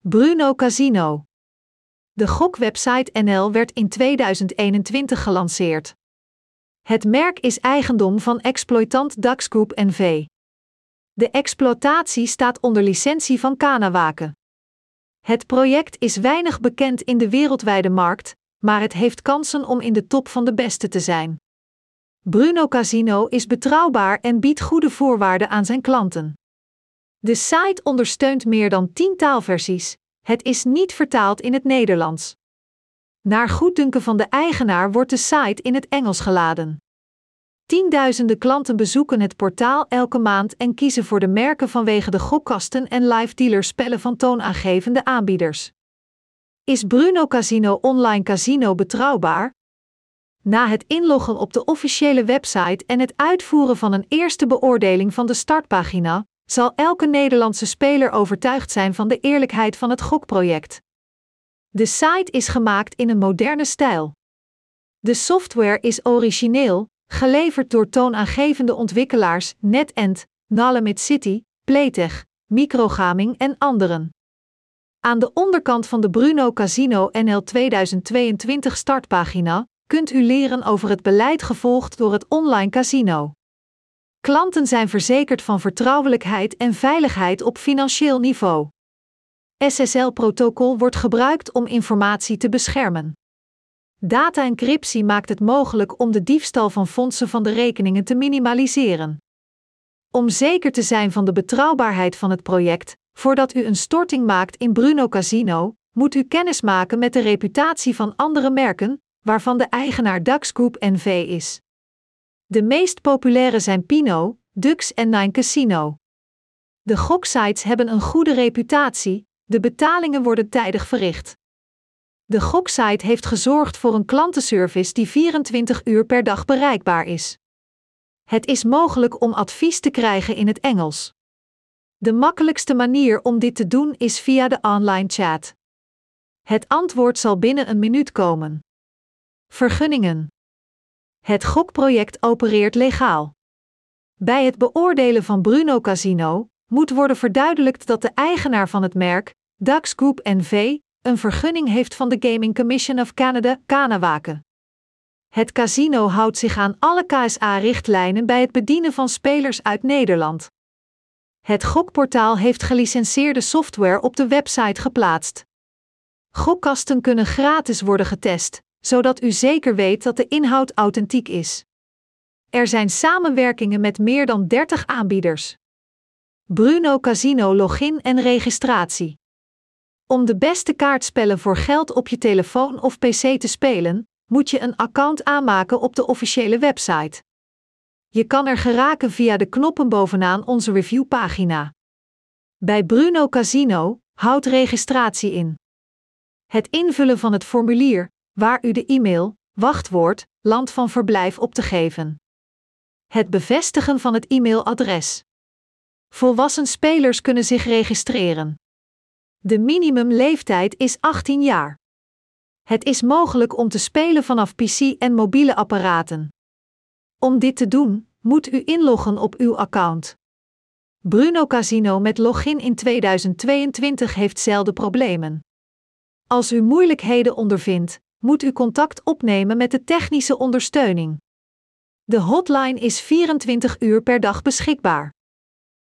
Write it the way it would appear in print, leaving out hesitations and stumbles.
Bruno Casino. De gokwebsite NL werd in 2021 gelanceerd. Het merk is eigendom van exploitant Dax Group NV. De exploitatie staat onder licentie van Kanawake. Het project is weinig bekend in de wereldwijde markt, maar het heeft kansen om in de top van de beste te zijn. Bruno Casino is betrouwbaar en biedt goede voorwaarden aan zijn klanten. De site ondersteunt meer dan 10 taalversies. Het is niet vertaald in het Nederlands. Naar goeddunken van de eigenaar wordt de site in het Engels geladen. Tienduizenden klanten bezoeken het portaal elke maand en kiezen voor de merken vanwege de gokkasten en live dealerspellen van toonaangevende aanbieders. Is Bruno Casino online casino betrouwbaar? Na het inloggen op de officiële website en het uitvoeren van een eerste beoordeling van de startpagina, zal elke Nederlandse speler overtuigd zijn van de eerlijkheid van het gokproject. De site is gemaakt in een moderne stijl. De software is origineel, geleverd door toonaangevende ontwikkelaars NetEnt, Nalemit City, Playtech, Microgaming en anderen. Aan de onderkant van de Bruno Casino NL 2022 startpagina kunt u leren over het beleid gevolgd door het online casino. Klanten zijn verzekerd van vertrouwelijkheid en veiligheid op financieel niveau. SSL-protocol wordt gebruikt om informatie te beschermen. Data-encryptie maakt het mogelijk om de diefstal van fondsen van de rekeningen te minimaliseren. Om zeker te zijn van de betrouwbaarheid van het project, voordat u een storting maakt in Bruno Casino, moet u kennis maken met de reputatie van andere merken, waarvan de eigenaar Dax Group NV is. De meest populaire zijn Pino, Dux en Nine Casino. De goksites hebben een goede reputatie, de betalingen worden tijdig verricht. De goksite heeft gezorgd voor een klantenservice die 24 uur per dag bereikbaar is. Het is mogelijk om advies te krijgen in het Engels. De makkelijkste manier om dit te doen is via de online chat. Het antwoord zal binnen een minuut komen. Vergunningen. Het gokproject opereert legaal. Bij het beoordelen van Bruno Casino moet worden verduidelijkt dat de eigenaar van het merk, Dax Group NV, een vergunning heeft van de Gaming Commission of Canada, Kanawake. Het casino houdt zich aan alle KSA-richtlijnen bij het bedienen van spelers uit Nederland. Het gokportaal heeft gelicenseerde software op de website geplaatst. Gokkasten kunnen gratis worden getest, zodat u zeker weet dat de inhoud authentiek is. Er zijn samenwerkingen met meer dan 30 aanbieders. Bruno Casino login en registratie. Om de beste kaartspellen voor geld op je telefoon of pc te spelen, moet je een account aanmaken op de officiële website. Je kan er geraken via de knoppen bovenaan onze reviewpagina. Bij Bruno Casino houdt registratie in. Het invullen van het formulier, waar u de e-mail, wachtwoord, land van verblijf op te geven. Het bevestigen van het e-mailadres. Volwassen spelers kunnen zich registreren. De minimumleeftijd is 18 jaar. Het is mogelijk om te spelen vanaf PC en mobiele apparaten. Om dit te doen, moet u inloggen op uw account. Bruno Casino met login in 2022 heeft zelden problemen. Als u moeilijkheden ondervindt, moet u contact opnemen met de technische ondersteuning. De hotline is 24 uur per dag beschikbaar.